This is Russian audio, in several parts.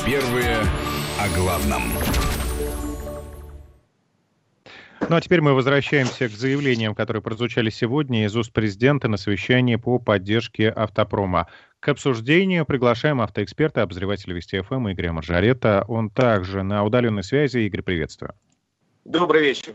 Первые о главном. Ну а теперь мы возвращаемся к заявлениям, которые прозвучали сегодня из уст президента на совещании по поддержке автопрома. К обсуждению приглашаем автоэксперта, обозревателя Вести ФМ Игоря Маржарета. Он также на удаленной связи. Игорь, приветствую. Добрый вечер.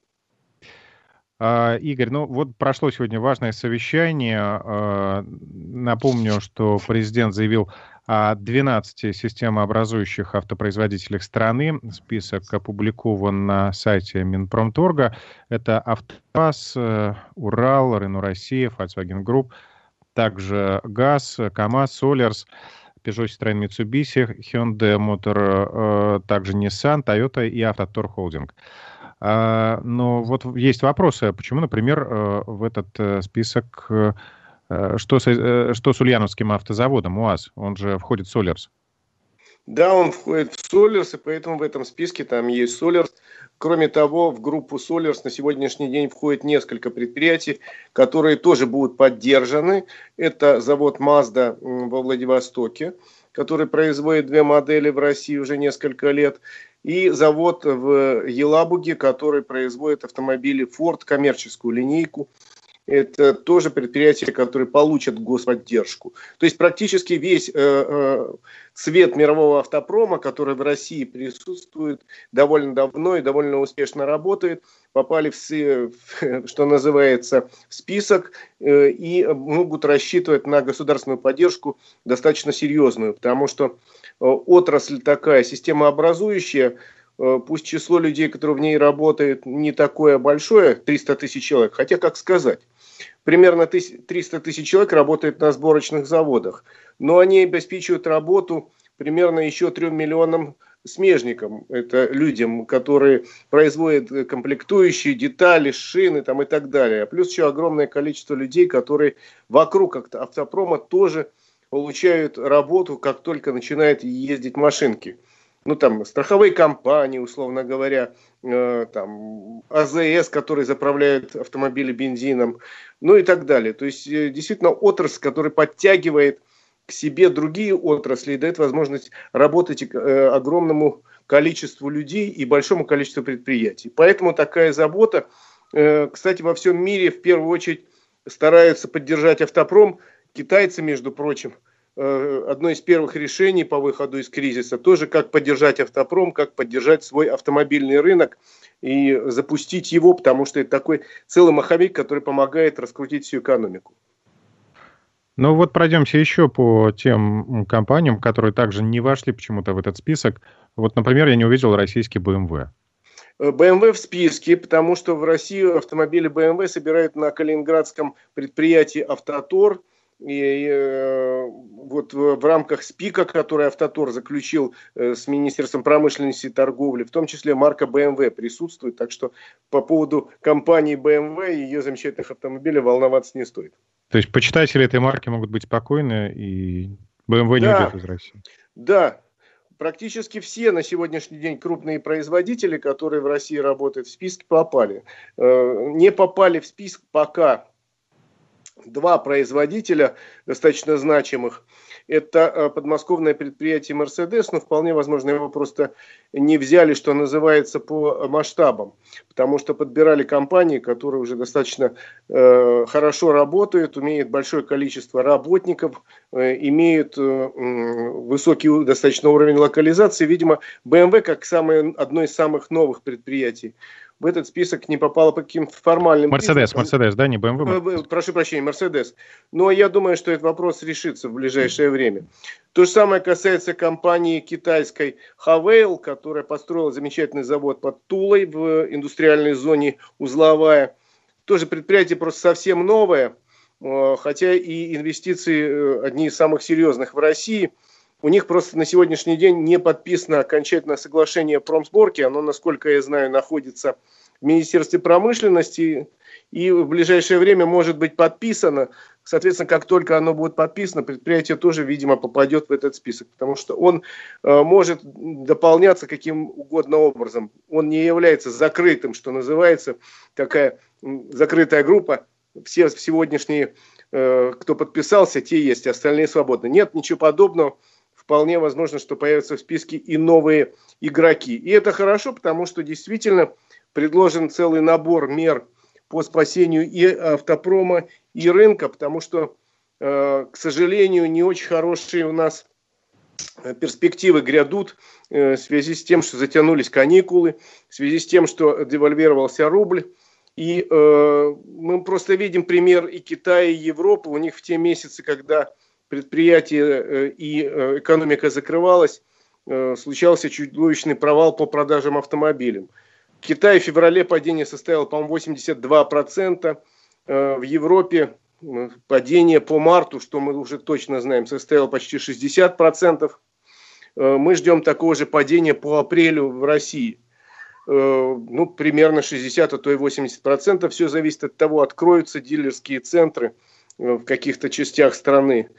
Игорь, ну вот прошло сегодня важное совещание. Напомню, что президент заявил о 12 системообразующих автопроизводителях страны. Список опубликован на сайте Минпромторга. Это АвтоВАЗ, Урал, Рено Россия, Volkswagen Group, также ГАЗ, КАМАЗ, Солярс, Peugeot, Citroёn, Mitsubishi, Hyundai Motor, также Nissan, Toyota и Автотор Холдинг. Но вот есть вопросы, почему, например, в этот список, что с Ульяновским автозаводом УАЗ, он же входит в Солярс? Да, он входит в Солярс, и поэтому в этом списке там есть Солярс. Кроме того, в группу Солярс на сегодняшний день входит несколько предприятий, которые тоже будут поддержаны. Это завод Mazda во Владивостоке, который производит две модели в России уже несколько лет. И завод в Елабуге, который производит автомобили Ford, коммерческую линейку. Это тоже предприятия, которые получат господдержку. То есть практически весь цвет мирового автопрома, который в России присутствует довольно давно и довольно успешно работает, попали что называется, в список и могут рассчитывать на государственную поддержку достаточно серьезную, потому что отрасль такая, системообразующая, пусть число людей, которые в ней работают, не такое большое, 300 тысяч человек, хотя как сказать. Примерно 300 тысяч человек работает на сборочных заводах, но они обеспечивают работу примерно еще 3 миллионам смежникам. Это людям, которые производят комплектующие, детали, шины там, и так далее. Плюс еще огромное количество людей, которые вокруг автопрома тоже получают работу, как только начинают ездить машинки. Ну, там, страховые компании, условно говоря, там, АЗС, которые заправляют автомобили бензином, ну и так далее. То есть, действительно, отрасль, которая подтягивает к себе другие отрасли и дает возможность работать огромному количеству людей и большому количеству предприятий. Поэтому такая забота. Кстати, во всем мире в первую очередь стараются поддержать автопром. Китайцы, между прочим, одно из первых решений по выходу из кризиса тоже, как поддержать автопром, как поддержать свой автомобильный рынок и запустить его, потому что это такой целый маховик, который помогает раскрутить всю экономику. Ну вот пройдемся еще по тем компаниям, которые также не вошли почему-то в этот список. Вот, например, я не увидел российский BMW. BMW в списке, потому что в России автомобили BMW собирают на калининградском предприятии «Автотор». И вот в рамках СПИКа, который Автотор заключил с Министерством промышленности и торговли, в том числе марка BMW присутствует. Так что по поводу компании BMW и ее замечательных автомобилей волноваться не стоит. То есть почитатели этой марки могут быть спокойны, и BMW не уйдет из России? Да. Практически все на сегодняшний день крупные производители, которые в России работают, в список попали. Не попали в список пока два производителя достаточно значимых. Это подмосковное предприятие «Мерседес», но вполне возможно его просто не взяли, что называется, по масштабам. Потому что подбирали компании, которые уже достаточно хорошо работают, имеют большое количество работников, имеют высокий достаточно уровень локализации. Видимо, BMW как одно из самых новых предприятий в этот список не попало по каким-то формальным признакам. Мерседес, да, не BMW? Прошу прощения, Мерседес. Но я думаю, что этот вопрос решится в ближайшее время. То же самое касается компании китайской Хавейл, которая построила замечательный завод под Тулой в индустриальной зоне Узловая. Тоже предприятие просто совсем новое, хотя и инвестиции одни из самых серьезных в России. У них просто на сегодняшний день не подписано окончательное соглашение о промсборке. Оно, насколько я знаю, находится в Министерстве промышленности и в ближайшее время может быть подписано. Соответственно, как только оно будет подписано, предприятие тоже, видимо, попадет в этот список, потому что он может дополняться каким угодно образом. Он не является закрытым, что называется, такая закрытая группа. Все сегодняшние, кто подписался, те есть, остальные свободны. Нет, ничего подобного. В вполне возможно, что появятся в списке и новые игроки. И это хорошо, потому что действительно предложен целый набор мер по спасению и автопрома, и рынка, потому что, к сожалению, не очень хорошие у нас перспективы грядут в связи с тем, что затянулись каникулы, в связи с тем, что девальвировался рубль. И мы просто видим пример и Китая, и Европы. У них в те месяцы, когда предприятия и экономика закрывалась, случался чудовищный провал по продажам автомобилей. В Китае в феврале падение составило, по-моему, 82%. В Европе падение по марту, что мы уже точно знаем, составило почти 60%. Мы ждем такого же падения по апрелю в России. Ну, примерно 60, а то и 80%. Все зависит от того, откроются дилерские центры в каких-то частях страны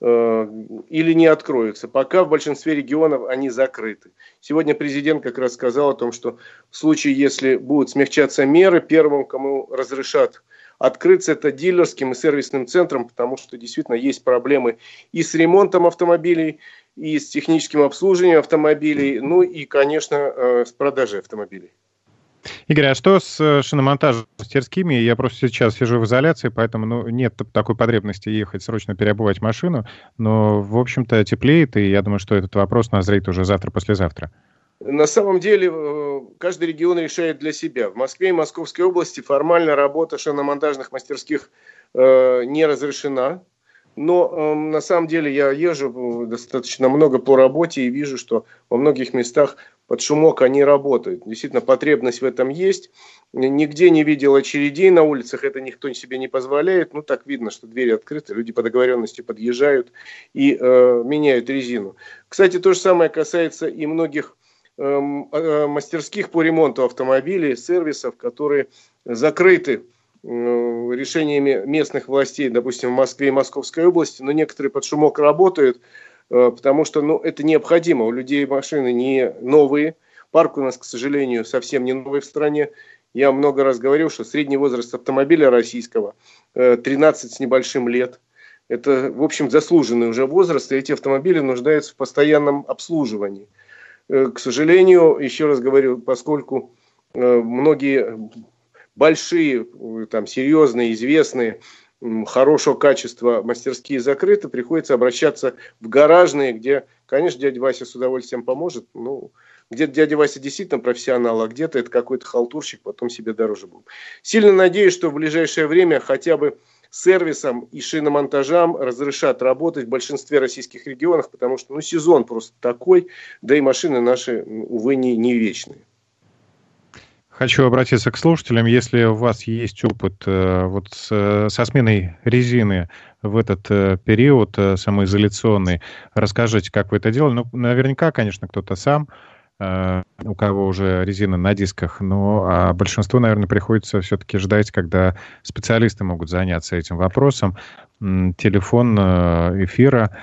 или не откроются. Пока в большинстве регионов они закрыты. Сегодня президент как раз сказал о том, что в случае, если будут смягчаться меры, первым, кому разрешат открыться, это дилерским и сервисным центрам, потому что действительно есть проблемы и с ремонтом автомобилей, и с техническим обслуживанием автомобилей, ну и, конечно, с продажей автомобилей. Игорь, а что с шиномонтажными мастерскими? Я просто сейчас сижу в изоляции, поэтому нет такой потребности ехать срочно переобувать машину. Но, в общем-то, теплеет, и я думаю, что этот вопрос назреет уже завтра-послезавтра. На самом деле, каждый регион решает для себя. В Москве и Московской области формально работа шиномонтажных мастерских не разрешена. Но на самом деле я езжу достаточно много по работе и вижу, что во многих местах под шумок они работают. Действительно, потребность в этом есть. Нигде не видел очередей на улицах, это никто себе не позволяет. Ну, так видно, что двери открыты, люди по договоренности подъезжают и меняют резину. Кстати, то же самое касается и многих мастерских по ремонту автомобилей, сервисов, которые закрыты решениями местных властей, допустим, в Москве и Московской области, но некоторые под шумок работают, потому что это необходимо. У людей машины не новые, парк у нас, к сожалению, совсем не новый в стране. Я много раз говорил, что средний возраст автомобиля российского 13 с небольшим лет. Это, в общем, заслуженный уже возраст, и эти автомобили нуждаются в постоянном обслуживании. К сожалению, еще раз говорю, поскольку многие большие, там, серьезные, известные, хорошего качества мастерские закрыты, приходится обращаться в гаражные, где, конечно, дядя Вася с удовольствием поможет. Ну, где-то дядя Вася действительно профессионал, а где-то это какой-то халтурщик, потом себе дороже будет. Сильно надеюсь, что в ближайшее время хотя бы сервисам и шиномонтажам разрешат работать в большинстве российских регионов, потому что сезон просто такой, да и машины наши, увы, не вечные. Хочу обратиться к слушателям. Если у вас есть опыт со сменой резины в этот период самоизоляционный, расскажите, как вы это делали. Ну, наверняка, конечно, кто-то сам, у кого уже резина на дисках, но большинству, наверное, приходится все-таки ждать, когда специалисты могут заняться этим вопросом. Телефон эфира,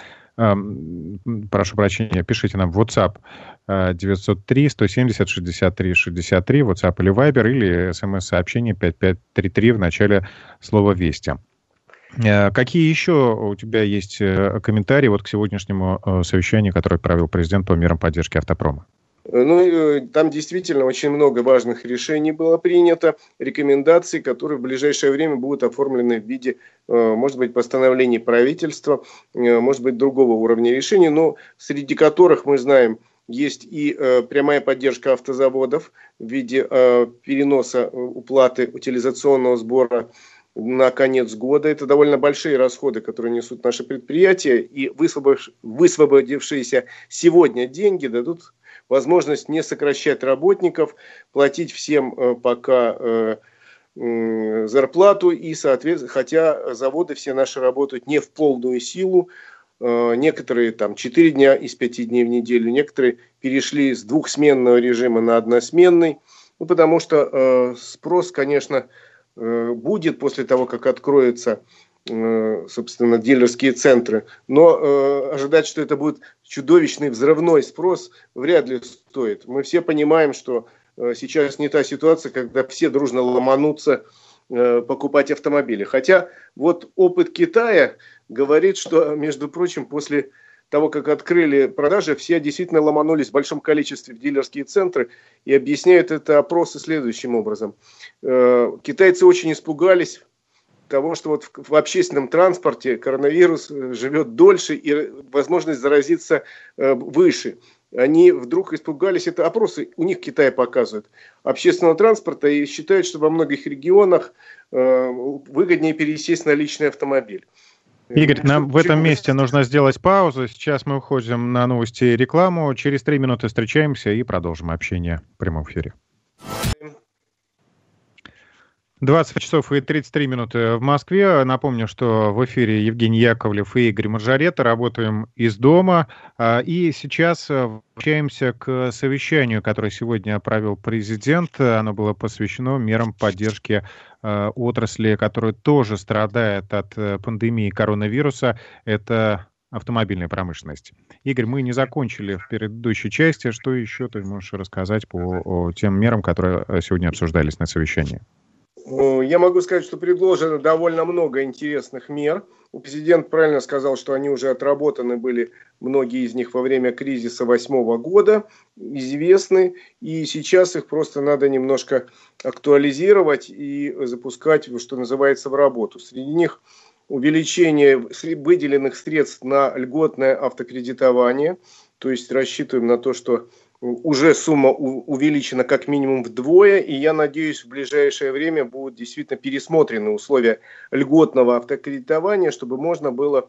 прошу прощения, пишите нам в WhatsApp 903-170-63-63, WhatsApp или Viber, или смс-сообщение 5533 в начале слова «Вести». Какие еще у тебя есть комментарии к сегодняшнему совещанию, которое провел президент по мерам поддержки автопрома? Ну, там действительно очень много важных решений было принято, рекомендаций, которые в ближайшее время будут оформлены в виде, может быть, постановлений правительства, может быть, другого уровня решений, но среди которых, мы знаем, есть и прямая поддержка автозаводов в виде переноса уплаты утилизационного сбора на конец года. Это довольно большие расходы, которые несут наши предприятия, и высвободившиеся сегодня деньги дадут возможность не сокращать работников, платить всем пока зарплату, и, соответственно, хотя заводы все наши работают не в полную силу, некоторые там 4 дня из 5 дней в неделю, некоторые перешли с двухсменного режима на односменный, потому что спрос, конечно, будет после того, как откроются, собственно, дилерские центры, но ожидать, что это будет чудовищный взрывной спрос, вряд ли стоит. Мы все понимаем, что сейчас не та ситуация, когда все дружно ломанутся покупать автомобили. Хотя вот опыт Китая говорит, что, между прочим, после того, как открыли продажи, все действительно ломанулись в большом количестве в дилерские центры и объясняют это опросы следующим образом. Китайцы очень испугались того, что вот в общественном транспорте коронавирус живет дольше и возможность заразиться выше. Они вдруг испугались, это опросы у них в Китае показывают, общественного транспорта и считают, что во многих регионах выгоднее пересесть на личный автомобиль. Игорь, нам в этом месте нужно сделать паузу. Сейчас мы уходим на новости и рекламу. Через 3 минуты встречаемся и продолжим общение в прямом эфире. 20 часов и 33 минуты в Москве. Напомню, что в эфире Евгений Яковлев и Игорь Маржарета. Работаем из дома. И сейчас возвращаемся к совещанию, которое сегодня провел президент. Оно было посвящено мерам поддержки отрасли, которая тоже страдает от пандемии коронавируса. Это автомобильная промышленность. Игорь, мы не закончили в предыдущей части. Что еще ты можешь рассказать по тем мерам, которые сегодня обсуждались на совещании? Я могу сказать, что предложено довольно много интересных мер. Президент правильно сказал, что они уже отработаны были, многие из них во время кризиса 2008 года, известны. И сейчас их просто надо немножко актуализировать и запускать, что называется, в работу. Среди них увеличение выделенных средств на льготное автокредитование. То есть рассчитываем на то, что уже сумма увеличена как минимум вдвое, и я надеюсь, в ближайшее время будут действительно пересмотрены условия льготного автокредитования, чтобы можно было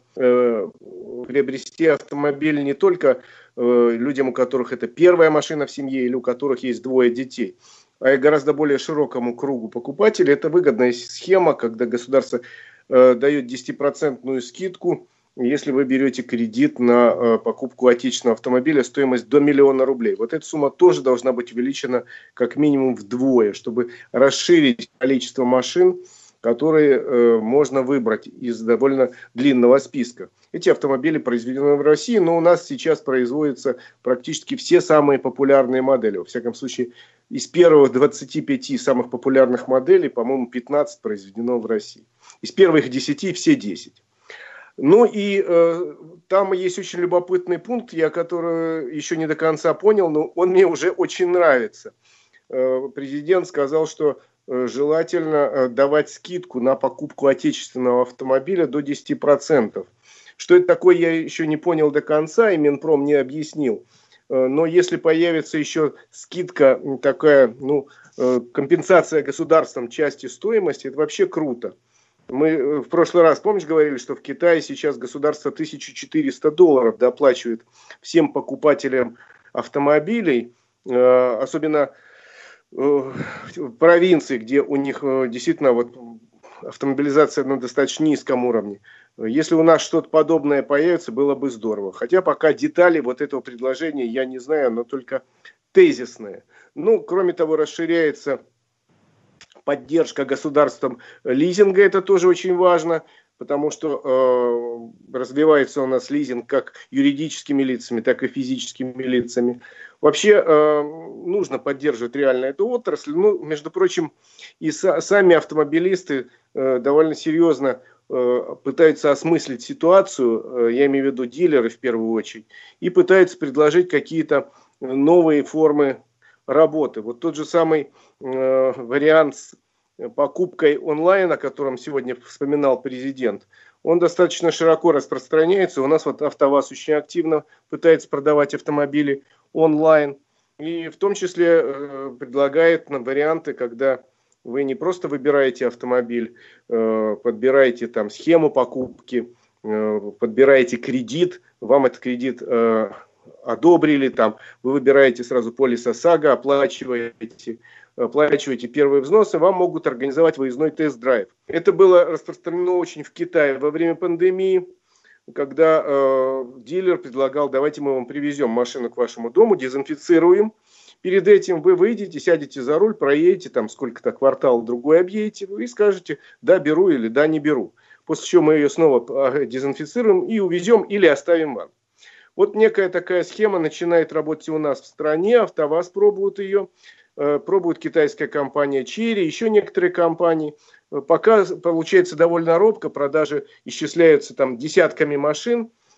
приобрести автомобиль не только людям, у которых это первая машина в семье или у которых есть двое детей, а и гораздо более широкому кругу покупателей. Это выгодная схема, когда государство дает 10% скидку, если вы берете кредит на покупку отечественного автомобиля, стоимость до 1 миллиона рублей. Вот эта сумма тоже должна быть увеличена как минимум вдвое, чтобы расширить количество машин, которые можно выбрать из довольно длинного списка. Эти автомобили произведены в России, но у нас сейчас производятся практически все самые популярные модели. Во всяком случае, из первых 25 самых популярных моделей, по-моему, 15 произведено в России. Из первых 10 все 10. Ну и там есть очень любопытный пункт, я который еще не до конца понял, но он мне уже очень нравится. Президент сказал, что желательно давать скидку на покупку отечественного автомобиля до 10%. Что это такое, я еще не понял до конца, и Минпром не объяснил. Но если появится еще скидка такая, компенсация государством части стоимости, это вообще круто. Мы в прошлый раз, помнишь, говорили, что в Китае сейчас государство $1400 доплачивает всем покупателям автомобилей, особенно в провинции, где у них действительно автомобилизация на достаточно низком уровне. Если у нас что-то подобное появится, было бы здорово. Хотя пока детали этого предложения я не знаю, оно только тезисное. Кроме того, расширяется поддержка государством лизинга, это тоже очень важно, потому что развивается у нас лизинг как юридическими лицами, так и физическими лицами. Вообще нужно поддерживать реально эту отрасль. Между прочим, и сами автомобилисты довольно серьезно пытаются осмыслить ситуацию, я имею в виду дилеры в первую очередь, и пытаются предложить какие-то новые формы работы. Вот тот же самый вариант с покупкой онлайн, о котором сегодня вспоминал президент, он достаточно широко распространяется. У нас АвтоВАЗ очень активно пытается продавать автомобили онлайн. И в том числе предлагает нам варианты, когда вы не просто выбираете автомобиль, подбираете там схему покупки, подбираете кредит, вам этот кредит одобрили, вы выбираете сразу полис ОСАГО, оплачиваете первые взносы, вам могут организовать выездной тест-драйв. Это было распространено очень в Китае во время пандемии, когда дилер предлагал: давайте мы вам привезем машину к вашему дому, дезинфицируем. Перед этим вы выйдете, сядете за руль, проедете сколько-то квартал другой объедете и скажете: да, беру, или да, не беру. После чего мы ее снова дезинфицируем и увезем или оставим вам. Вот некая такая схема начинает работать у нас в стране. АвтоВАЗ пробует ее, пробует китайская компания Chery, еще некоторые компании. Пока получается довольно робко, продажи исчисляются десятками машин.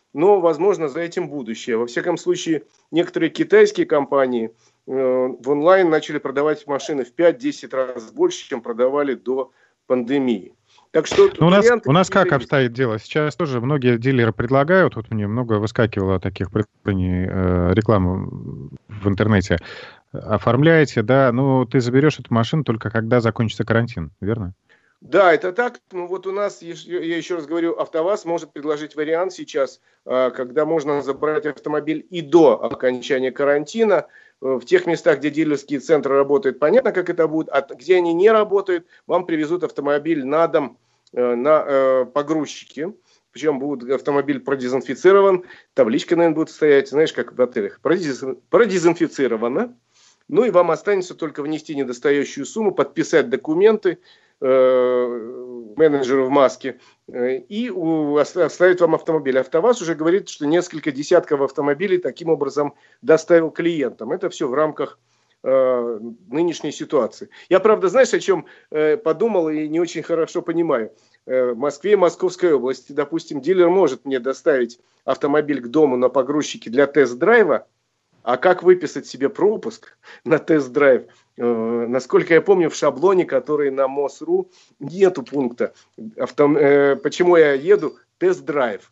но, возможно, за этим будущее. Во всяком случае, некоторые китайские компании в онлайн начали продавать машины в 5-10 раз больше, чем продавали до пандемии. Так что у нас как обстоит дело? Сейчас тоже многие дилеры предлагают, вот мне много выскакивало таких предложений, рекламы в интернете. Оформляете, да, ну ты заберешь эту машину только когда закончится карантин, верно? Да, это так. Ну вот у нас, я еще раз говорю, АвтоВАЗ может предложить вариант сейчас, когда можно забрать автомобиль и до окончания карантина. В тех местах, где дилерские центры работают, понятно, как это будет. А где они не работают, вам привезут автомобиль на дом на погрузчике. Причем будет автомобиль продезинфицирован, табличка, наверное, будет стоять, знаешь, как в отелях, продезинфицировано. Ну и вам останется только внести недостающую сумму, подписать документы менеджеру в маске и оставить вам автомобиль. АвтоВАЗ уже говорит, что несколько десятков автомобилей таким образом доставил клиентам. Это все в рамках нынешней ситуации. Я, правда, знаешь, о чем подумал и не очень хорошо понимаю. В Москве и Московской области, допустим, дилер может мне доставить автомобиль к дому на погрузчике для тест-драйва, а как выписать себе пропуск на тест-драйв? Насколько я помню, в шаблоне, который на МОСРУ, нету пункта. Почему я еду? Тест-драйв.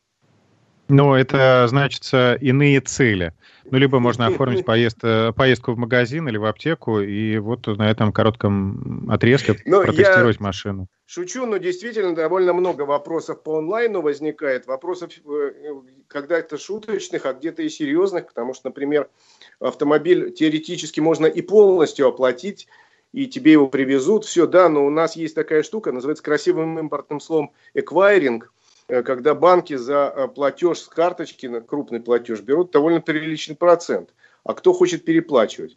Ну, это значится иные цели. Ну, либо можно оформить поездку в магазин или в аптеку, и вот на этом коротком отрезке протестировать машину. Шучу, но действительно довольно много вопросов по онлайну возникает. Вопросов когда-то шуточных, а где-то и серьезных. Потому что, например, автомобиль теоретически можно и полностью оплатить, и тебе его привезут. Все, да, но у нас есть такая штука, называется красивым импортным словом «эквайринг», когда банки за платеж с карточки, на крупный платеж, берут довольно приличный процент. А кто хочет переплачивать?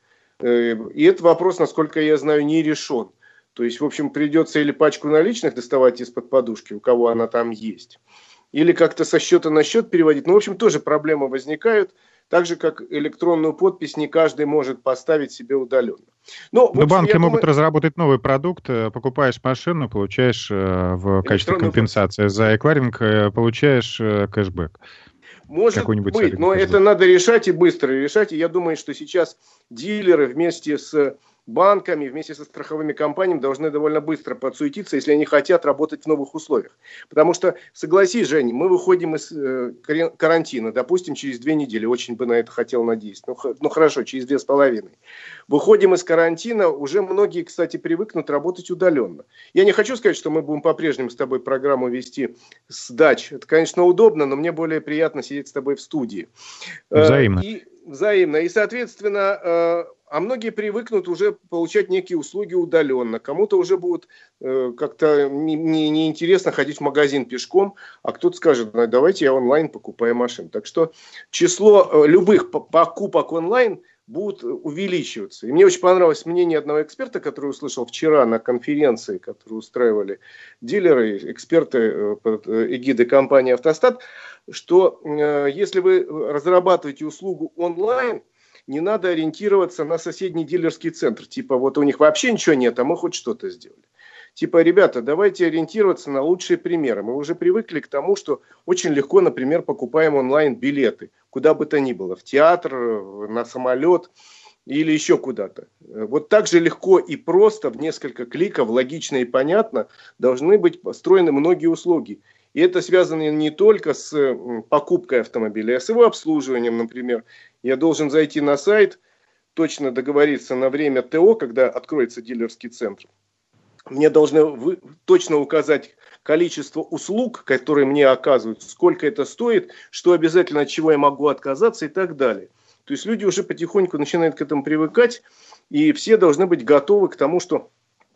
И этот вопрос, насколько я знаю, не решен. То есть, в общем, придется или пачку наличных доставать из-под подушки, у кого она там есть, или как-то со счета на счет переводить. Ну, в общем, тоже проблемы возникают. Так же, как электронную подпись не каждый может поставить себе удаленно. Но банки могут разработать новый продукт. Покупаешь машину, получаешь в качестве компенсации за эквайринг, получаешь кэшбэк. Может быть, но это надо решать и быстро решать. И я думаю, что сейчас дилеры вместе с банками, вместе со страховыми компаниями должны довольно быстро подсуетиться, если они хотят работать в новых условиях. Потому что, согласись, Жень, мы выходим из карантина, допустим, через 2 недели. Очень бы на это хотел надеяться. Ну хорошо, через 2,5. Выходим из карантина, уже многие, кстати, привыкнут работать удаленно. Я не хочу сказать, что мы будем по-прежнему с тобой программу вести с дач. Это, конечно, удобно, но мне более приятно сидеть с тобой в студии. Взаимно. Взаимно. И, соответственно, а многие привыкнут уже получать некие услуги удаленно. Кому-то уже будет как-то неинтересно ходить в магазин пешком, а кто-то скажет, давайте я онлайн покупаю машину. Так что число любых покупок онлайн будут увеличиваться. И мне очень понравилось мнение одного эксперта, который услышал вчера на конференции, которую устраивали дилеры, эксперты под эгидой компании «Автостат», что если вы разрабатываете услугу онлайн, не надо ориентироваться на соседний дилерский центр. Типа вот у них вообще ничего нет, а мы хоть что-то сделали. Типа, ребята, давайте ориентироваться на лучшие примеры. Мы уже привыкли к тому, что очень легко, например, покупаем онлайн билеты. Куда бы то ни было. В театр, на самолет или еще куда-то. Вот так же легко и просто, в несколько кликов, логично и понятно, должны быть построены многие услуги. И это связано не только с покупкой автомобиля, а с его обслуживанием, например. Я должен зайти на сайт, точно договориться на время ТО, когда откроется дилерский центр. Мне должны точно указать количество услуг, которые мне оказывают, сколько это стоит, что обязательно, от чего я могу отказаться и так далее. То есть люди уже потихоньку начинают к этому привыкать, и все должны быть готовы к тому, что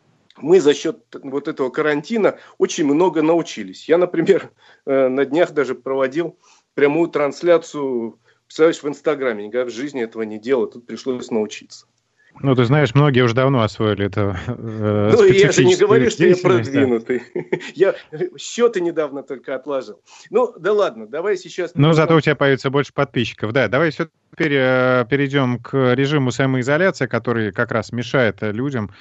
мы за счет вот этого карантина очень много научились. Я, например, на днях даже проводил прямую трансляцию, представляешь, в Инстаграме. Никогда в жизни этого не делал, тут пришлось научиться. Ну, ты знаешь, многие уже давно освоили это. Ну, я же не говорю, что я продвинутый. Я счеты недавно только отложил. Ну, да ладно, давай сейчас... Ну, зато у тебя появится больше подписчиков. Да, давай все-таки теперь перейдем к режиму самоизоляции, который как раз мешает людям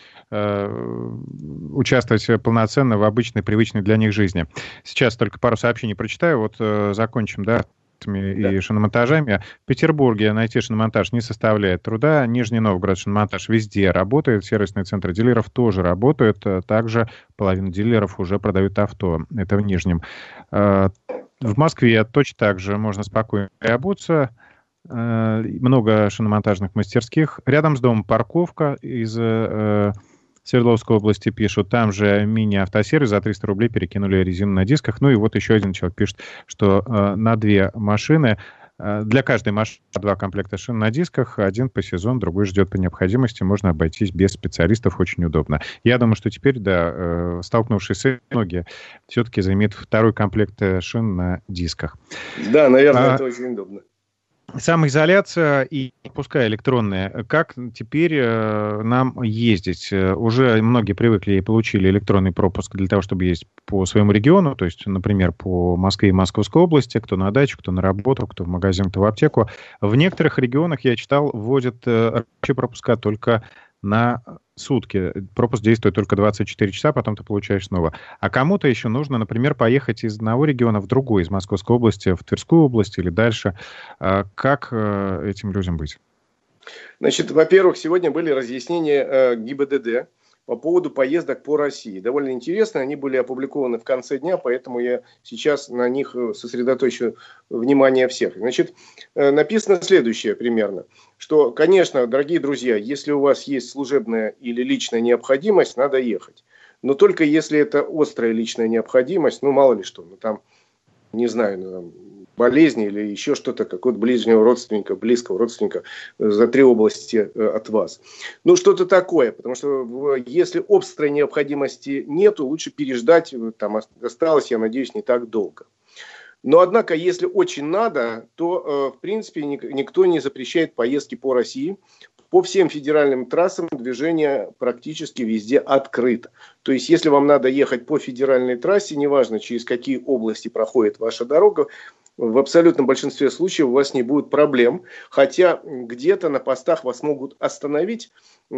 участвовать полноценно в обычной, привычной для них жизни. Сейчас только пару сообщений прочитаю. Вот закончим, да, и шиномонтажами. В Петербурге найти шиномонтаж не составляет труда. Нижний Новгород шиномонтаж везде работает. Сервисные центры дилеров тоже работают. Также половина дилеров уже продают авто. Это в Нижнем. В Москве точно так же можно спокойно переобуться. Много шиномонтажных мастерских. Рядом с домом парковка из Свердловской области пишут. Там же мини-автосервис за 300 рублей перекинули резину на дисках. Ну и вот еще один человек пишет, что на 2 машины, для каждой машины 2 комплекта шин на дисках, один по сезону, другой ждет по необходимости. Можно обойтись без специалистов, очень удобно. Я думаю, что теперь, да, столкнувшись с этим, многие все-таки займут 2-й комплект шин на дисках. Да, наверное, это очень удобно. Самоизоляция и пускай электронная. Как теперь нам ездить? Уже многие привыкли и получили электронный пропуск для того, чтобы ездить по своему региону, то есть, например, по Москве и Московской области, кто на дачу, кто на работу, кто в магазин, кто в аптеку. В некоторых регионах, я читал, вводят рабочие пропуска только на сутки. Пропуск действует только 24 часа, потом ты получаешь снова. А кому-то еще нужно, например, поехать из одного региона в другой, из Московской области в Тверскую область или дальше. Как этим людям быть? Значит, во-первых, сегодня были разъяснения ГИБДД по поводу поездок по России. Довольно интересно, они были опубликованы в конце дня, поэтому я сейчас на них сосредоточу внимание всех. Значит, написано следующее примерно, что, конечно, дорогие друзья, если у вас есть служебная или личная необходимость, надо ехать. Но только если это острая личная необходимость, ну мало ли что, ну там, не знаю, ну, там, болезни или еще что-то, какого-то ближнего родственника, близкого родственника за 3 области от вас. Ну, что-то такое, потому что если острой необходимости нету, лучше переждать, там осталось, я надеюсь, не так долго. Но, однако, если очень надо, то, в принципе, никто не запрещает поездки по России. По всем федеральным трассам движение практически везде открыто. То есть, если вам надо ехать по федеральной трассе, неважно, через какие области проходит ваша дорога, в абсолютном большинстве случаев у вас не будет проблем. Хотя где-то на постах вас могут остановить.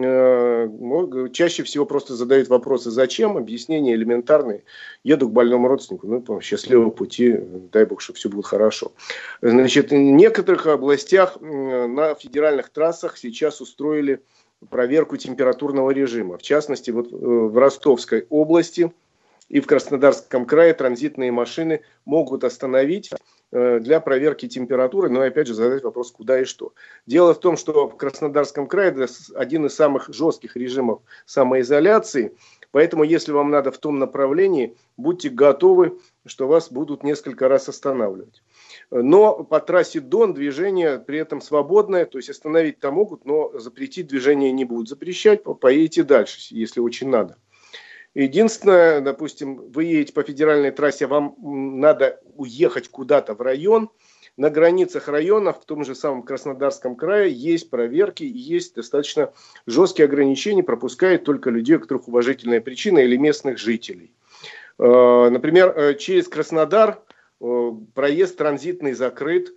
Чаще всего просто задают вопросы «Зачем?». Объяснения элементарные. Еду к больному родственнику. Ну, счастливого пути. Дай бог, что все будет хорошо. Значит, в некоторых областях на федеральных трассах сейчас устроили проверку температурного режима. В частности, вот в Ростовской области и в Краснодарском крае транзитные машины могут остановить для проверки температуры, но опять же задать вопрос, куда и что. Дело в том, что в Краснодарском крае это один из самых жестких режимов самоизоляции, поэтому если вам надо в том направлении, будьте готовы, что вас будут несколько раз останавливать. Но по трассе Дон движение при этом свободное, то есть остановить там могут, но запретить движение не будут. Запрещать, поедете дальше, если очень надо. Единственное, допустим, вы едете по федеральной трассе, вам надо уехать куда-то в район. На границах районов, в том же самом Краснодарском крае, есть проверки, есть достаточно жесткие ограничения, пропускают только людей, у которых уважительная причина, или местных жителей. Например, через Краснодар проезд транзитный закрыт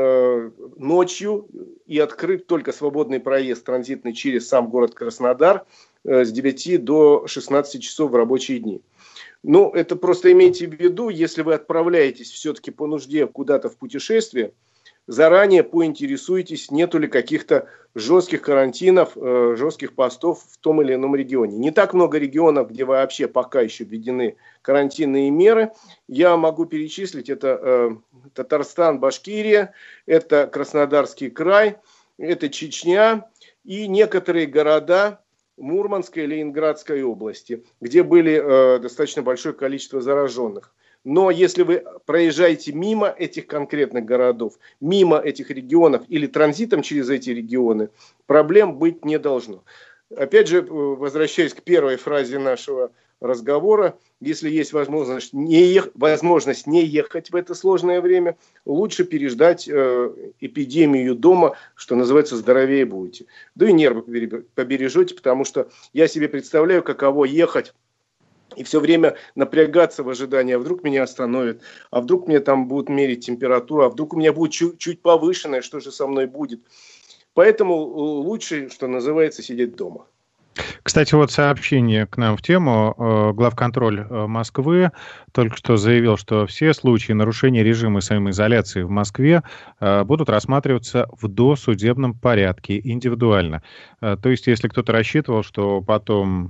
ночью и открыт только свободный проезд транзитный через сам город Краснодар с 9 до 16 часов в рабочие дни. Ну, это просто имейте в виду, если вы отправляетесь все-таки по нужде куда-то в путешествие, заранее поинтересуйтесь, нету ли каких-то жестких карантинов, жестких постов в том или ином регионе. Не так много регионов, где вообще пока еще введены карантинные меры. Я могу перечислить, это Татарстан, Башкирия, это Краснодарский край, это Чечня и некоторые города Мурманской и Ленинградской области, где были достаточно большое количество зараженных. Но если вы проезжаете мимо этих конкретных городов, мимо этих регионов или транзитом через эти регионы, проблем быть не должно. Опять же, возвращаясь к первой фразе нашего разговора, если есть возможность не ехать в это сложное время, лучше переждать эпидемию дома, что называется, здоровее будете. Да и нервы побережете, потому что я себе представляю, каково ехать и все время напрягаться в ожидании, а вдруг меня остановят, а вдруг мне там будут мерить температуру, а вдруг у меня будет чуть повышенная, что же со мной будет. Поэтому лучше, что называется, сидеть дома. Кстати, вот сообщение к нам в тему. Главконтроль Москвы только что заявил, что все случаи нарушения режима самоизоляции в Москве будут рассматриваться в досудебном порядке индивидуально. То есть, если кто-то рассчитывал, что потом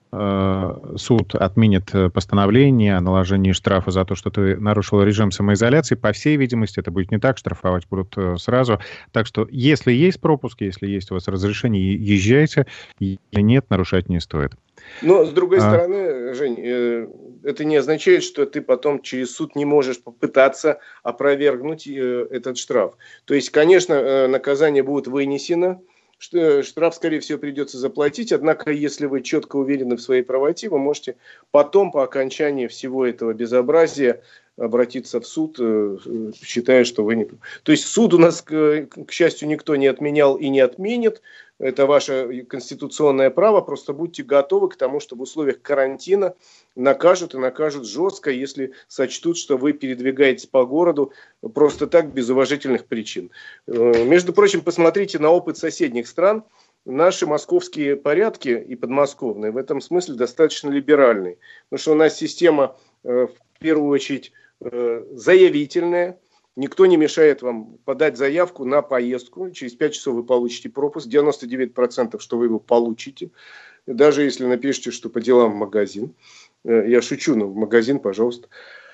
суд отменит постановление о наложении штрафа за то, что ты нарушил режим самоизоляции, по всей видимости, это будет не так, штрафовать будут сразу. Так что, если есть пропуск, если есть у вас разрешение, езжайте, если нет, нарушать не стоит. Но, с другой стороны, Жень, это не означает, что ты потом через суд не можешь попытаться опровергнуть этот штраф. То есть, конечно, наказание будет вынесено, штраф, скорее всего, придется заплатить. Однако, если вы четко уверены в своей правоте, вы можете потом, по окончании всего этого безобразия, обратиться в суд, считая, что вы не... То есть суд у нас, к счастью, никто не отменял и не отменит. Это ваше конституционное право. Просто будьте готовы к тому, что в условиях карантина накажут и накажут жестко, если сочтут, что вы передвигаетесь по городу просто так, без уважительных причин. Между прочим, посмотрите на опыт соседних стран. Наши московские порядки и подмосковные в этом смысле достаточно либеральные. Потому что у нас система, в первую очередь, заявительная. Никто не мешает вам подать заявку на поездку. Через 5 часов вы получите пропуск. 99%, что вы его получите. Даже если напишите, что по делам в магазин. Я шучу, но в магазин, пожалуйста.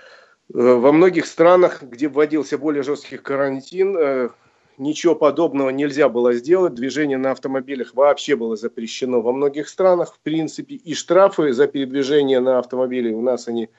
Во многих странах, где вводился более жесткий карантин, ничего подобного нельзя было сделать. Движение на автомобилях вообще было запрещено во многих странах, в принципе. И штрафы за передвижение на автомобиле у нас они...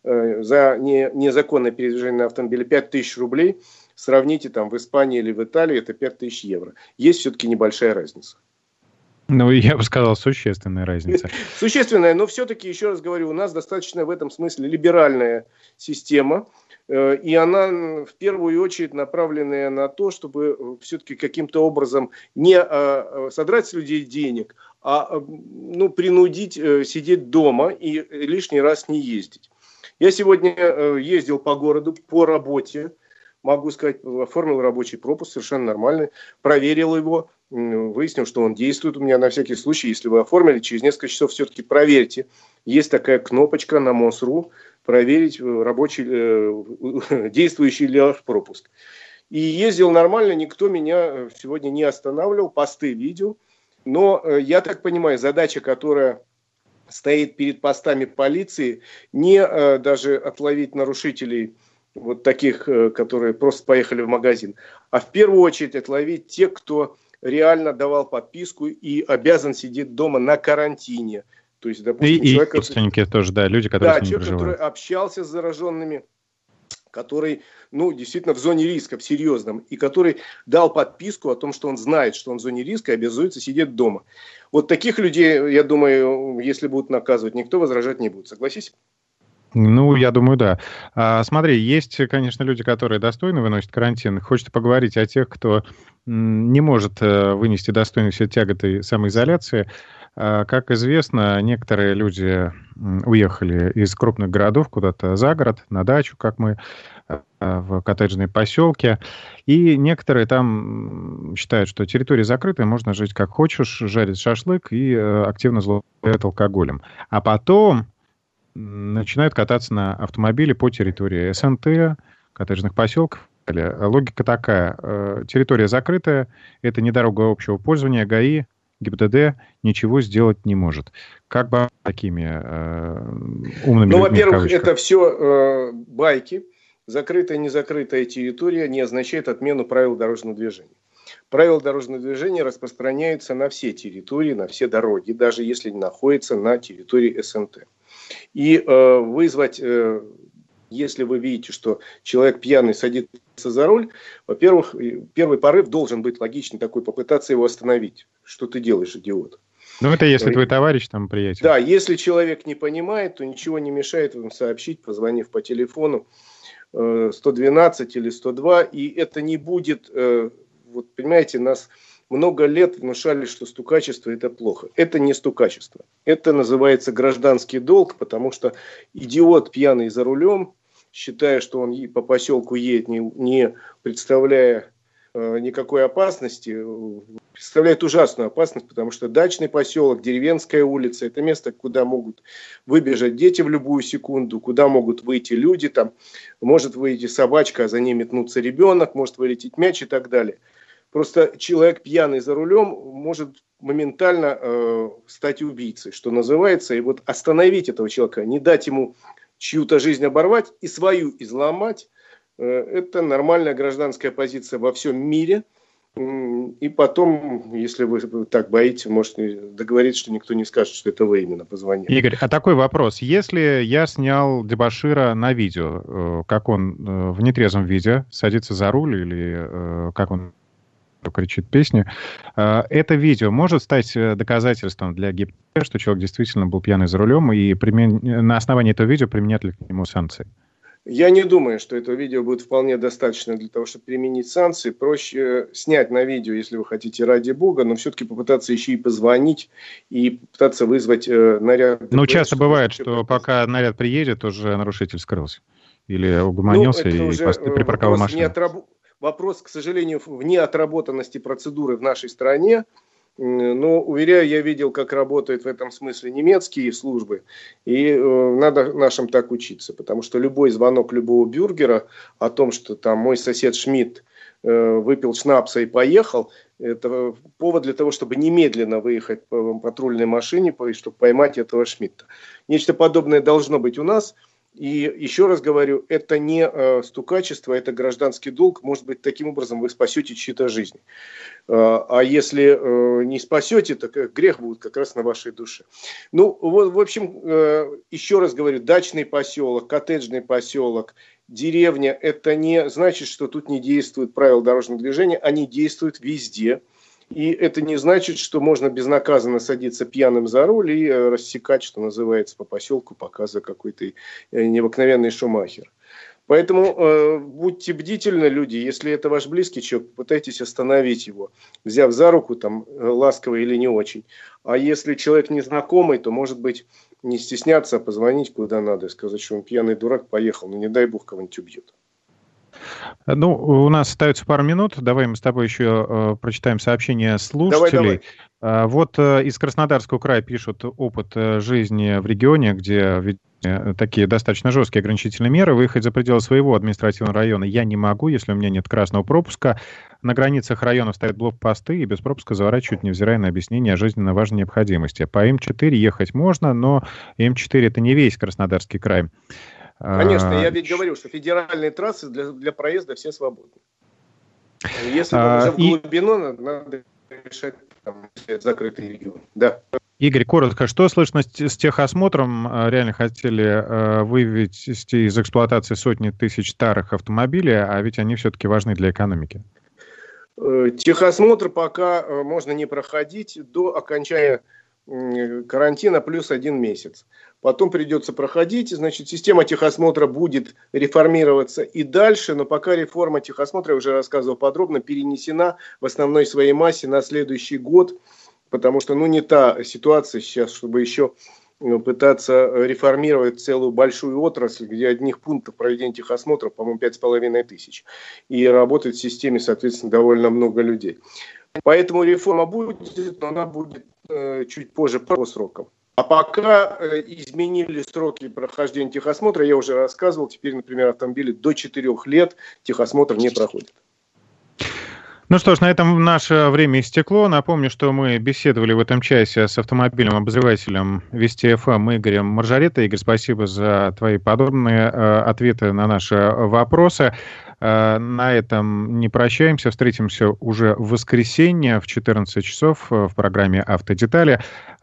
за незаконное передвижение на автомобиле 5000 рублей. Сравните там в Испании или в Италии, это 5000 евро. Есть все-таки небольшая разница. Ну, я бы сказал, существенная разница. Существенная, но все-таки, еще раз говорю, у нас достаточно в этом смысле либеральная система. И она в первую очередь направленная на то, чтобы все-таки каким-то образом не содрать с людей денег, а принудить сидеть дома и лишний раз не ездить. Я сегодня ездил по городу по работе, могу сказать, оформил рабочий пропуск, совершенно нормальный, проверил его, выяснил, что он действует. У меня на всякий случай, если вы оформили, через несколько часов все-таки проверьте. Есть такая кнопочка на МОСРУ, проверить рабочий, действующий ли ваш пропуск. И ездил нормально, никто меня сегодня не останавливал, посты видел. Но я так понимаю, задача, которая... стоит перед постами полиции, не даже отловить нарушителей, вот таких, которые просто поехали в магазин, а в первую очередь отловить тех, кто реально давал подписку и обязан сидеть дома на карантине. То есть, допустим, и человек... родственники тоже, да, люди, которые с ним человек, проживают. который общался с зараженными, который, действительно в зоне риска, в серьезном, и который дал подписку о том, что он знает, что он в зоне риска и обязуется сидеть дома. Вот таких людей, я думаю, если будут наказывать, никто возражать не будет. Согласись? Ну, я думаю, да. Смотри, есть, конечно, люди, которые достойно выносят карантин. Хочется поговорить о тех, кто не может вынести достойно все тяготы самоизоляции. Как известно, некоторые люди уехали из крупных городов куда-то за город, на дачу, как мы, в коттеджные поселки. И некоторые там считают, что территория закрытая, можно жить как хочешь, жарить шашлык и активно злоупотребляют алкоголем. А потом начинают кататься на автомобиле по территории СНТ, коттеджных поселков. Логика такая. Территория закрытая, это не дорога общего пользования, ГАИ, ГИБДД ничего сделать не может. Как бы такими умными людьми, во-первых, это все байки. Закрытая, не закрытая территория не означает отмену правил дорожного движения. Правила дорожного движения распространяются на все территории, на все дороги, даже если не находятся на территории СНТ. И вызвать, если вы видите, что человек пьяный садится за руль, во-первых, первый порыв должен быть логичный такой, попытаться его остановить. Что ты делаешь, идиот? Ну, это если твой товарищ, там, приятель. Да, если человек не понимает, то ничего не мешает вам сообщить, позвонив по телефону 112 или 102, и это не будет, вот понимаете, нас много лет внушали, что стукачество – это плохо. Это не стукачество. Это называется гражданский долг, потому что идиот, пьяный за рулем, считая, что он по поселку едет, не представляя никакой опасности, представляет ужасную опасность, потому что дачный поселок, деревенская улица – это место, куда могут выбежать дети в любую секунду, куда могут выйти люди, там может выйти собачка, а за ней метнуться ребенок, может вылететь мяч и так далее. Просто человек пьяный за рулем может моментально стать убийцей, что называется, и вот остановить этого человека, не дать ему чью-то жизнь оборвать и свою изломать, это нормальная гражданская позиция во всем мире. И потом, если вы так боитесь, можете договориться, что никто не скажет, что это вы именно позвонили. Игорь, а такой вопрос. Если я снял дебошира на видео, как он в нетрезвом виде садится за руль или как он кричит песни, это видео может стать доказательством для ГИБДД, что человек действительно был пьяный за рулем, и на основании этого видео применять ли к нему санкции? Я не думаю, что это видео будет вполне достаточно для того, чтобы применить санкции. Проще снять на видео, если вы хотите, ради бога, но все-таки попытаться еще и позвонить и попытаться вызвать наряд. Ну, часто бывает, что пока наряд приедет, уже нарушитель скрылся. Или угомонился и припарковал машину. Вопрос, к сожалению, в неотработанности процедуры в нашей стране. Но, уверяю, я видел, как работают в этом смысле немецкие службы, и надо нашим так учиться, потому что любой звонок любого бюргера о том, что там мой сосед Шмидт выпил шнапса и поехал, это повод для того, чтобы немедленно выехать по патрульной машине, чтобы поймать этого Шмидта. Нечто подобное должно быть у нас. И еще раз говорю, это не стукачество, это гражданский долг. Может быть, таким образом вы спасете чьи-то жизни. А если не спасете, то грех будет как раз на вашей душе. Ну, вот, в общем, еще раз говорю, дачный поселок, коттеджный поселок, деревня, это не значит, что тут не действуют правила дорожного движения. Они действуют везде. И это не значит, что можно безнаказанно садиться пьяным за руль и рассекать, что называется, по поселку, показывая какой-то необыкновенный шумахер. Поэтому будьте бдительны, люди. Если это ваш близкий человек, попытайтесь остановить его, взяв за руку, там, ласково или не очень. А если человек незнакомый, то, может быть, не стесняться, а позвонить куда надо и сказать, что он пьяный дурак, поехал. Ну, не дай бог, кого-нибудь убьет. Ну, у нас остается пару минут. Давай мы с тобой еще прочитаем сообщения слушателей. Давай. Вот из Краснодарского края пишут опыт жизни в регионе, где такие достаточно жесткие ограничительные меры. Выехать за пределы своего административного района я не могу, если у меня нет красного пропуска. На границах районов стоят блокпосты, и без пропуска заворачивают, невзирая на объяснение о жизненно важной необходимости. По М4 ехать можно, но М4 — это не весь Краснодарский край. Конечно, я ведь говорил, что федеральные трассы для проезда все свободны. Если уже в глубину, надо решать закрытый регион. Да. Игорь, коротко, что слышно с техосмотром? Реально хотели вывести из эксплуатации сотни тысяч старых автомобилей, а ведь они все-таки важны для экономики. Техосмотр пока можно не проходить до окончания карантина плюс 1 месяц. Потом придется проходить, значит, система техосмотра будет реформироваться и дальше, но пока реформа техосмотра, я уже рассказывал подробно, перенесена в основной своей массе на следующий год, потому что, не та ситуация сейчас, чтобы еще пытаться реформировать целую большую отрасль, где одних пунктов проведения техосмотра, по-моему, 5500, и работает в системе, соответственно, довольно много людей. Поэтому реформа будет, но она будет чуть позже по срокам. А пока изменили сроки прохождения техосмотра, я уже рассказывал, теперь, например, автомобили до 4 лет техосмотр не проходит. Ну что ж, на этом наше время истекло. Напомню, что мы беседовали в этом часе с автомобильным обозревателем Вести ФМ Игорем Маржарета. Игорь, спасибо за твои подробные ответы на наши вопросы. На этом не прощаемся. Встретимся уже в воскресенье в 14 часов в программе «Автодетали».